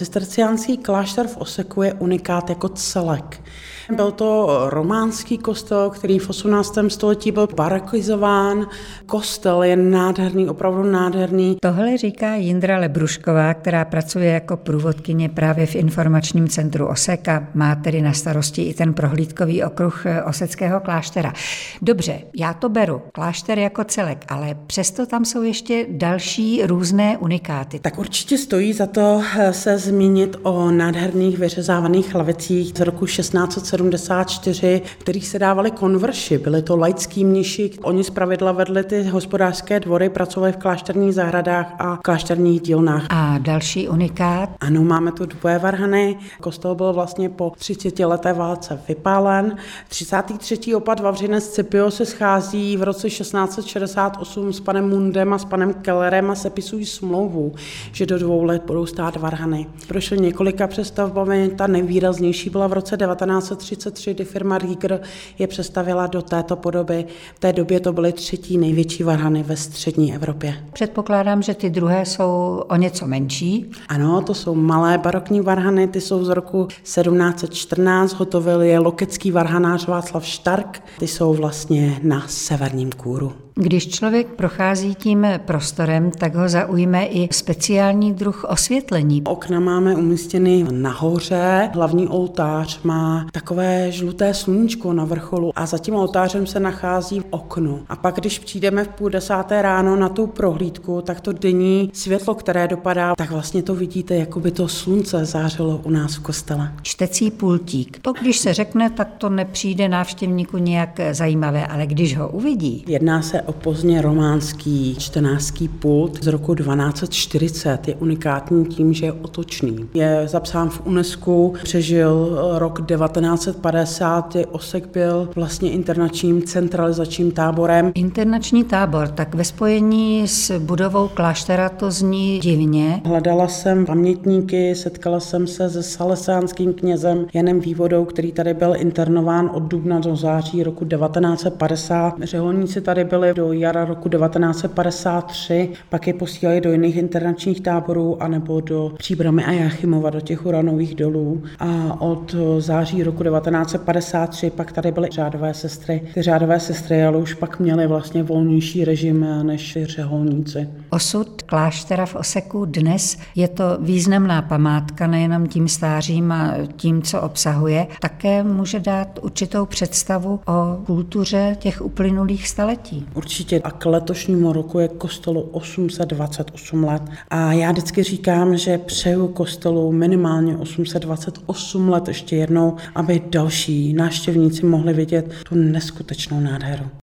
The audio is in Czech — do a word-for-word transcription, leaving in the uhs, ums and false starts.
Cisterciánský klášter v Oseku je unikát jako celek. Byl to románský kostel, který v osmnáctém století byl barokizován. Kostel je nádherný, opravdu nádherný. Tohle říká Jindra Lebrušková, která pracuje jako průvodkyně právě v informačním centru Oseka. Má tedy na starosti i ten prohlídkový okruh oseckého kláštera. Dobře, já to beru. Klášter jako celek, ale přesto tam jsou ještě další různé unikáty. Tak určitě stojí za to se zmínit o nádherných vyřezávaných lavicích z roku šestnáct sedmdesát čtyři, kterých se dávali konverši. Byli to laický mniši. Oni zpravidla vedli ty hospodářské dvory, pracovali v klášterních zahradách a klášterních dílnách. A další unikát? Ano, máme tu dvoje varhany. Kostel byl vlastně po třicetileté válce vypálen. třicátý třetí opat Vavřinec Scipio se schází v roce šestnáct set šedesát osm s panem Mundem a s panem Kellerem a sepisují smlouvu, že do dvou let budou stát varhany. Prošly několika přestavbami, ta nejvýraznější byla v roce devatenáct set třicet tři, kdy firma Rieger je přestavěla do této podoby. V té době to byly třetí největší varhany ve střední Evropě. Předpokládám, že ty druhé jsou o něco menší. Ano, to jsou malé barokní varhany, ty jsou z roku sedmnáct set čtrnáct, hotovil je lokecký varhanář Václav Štark, ty jsou vlastně na severním kůru. Když člověk prochází tím prostorem, tak ho zaujme i speciální druh osvětlení. Okna máme umístěny nahoře, hlavní oltář má takové žluté sluníčko na vrcholu a za tím oltářem se nachází okno. A pak, když přijdeme v půl desáté ráno na tu prohlídku, tak to denní světlo, které dopadá, tak vlastně to vidíte, jako by to slunce zářilo u nás v kostele. Čtecí pultík. To, když se řekne, tak to nepřijde návštěvníku nějak zajímavé, ale když ho uvidí. Jedná se o pozdně románský čtenářský pult z roku dvanáct set čtyřicet. Je unikátní tím, že je otočný. Je zapsán v UNESCO, přežil rok devatenáct set padesát, Osek byl vlastně internačním centralizačním táborem. Internační tábor, tak ve spojení s budovou kláštera to zní divně. Hledala jsem pamětníky, setkala jsem se se salesánským knězem Janem Vývodou, který tady byl internován od dubna do září roku devatenáct set padesát. Řeholníci tady byli do jara roku devatenáct set padesát tři, pak je posílali do jiných internačních táborů anebo do Příbramy a Jáchymova, do těch uranových dolů. A od září roku devatenáct set padesát tři pak tady byly řádové sestry. Ty řádové sestry ale už pak měly vlastně volnější režim než řeholníci. Osud kláštera v Oseku dnes je to významná památka nejenom tím stářím a tím, co obsahuje, také může dát určitou představu o kultuře těch uplynulých staletí. Určitě a k letošnímu roku je kostelu osm set dvacet osm let a já vždycky říkám, že přeju kostelu minimálně osm set dvacet osm let ještě jednou, aby další návštěvníci mohli vidět tu neskutečnou nádheru.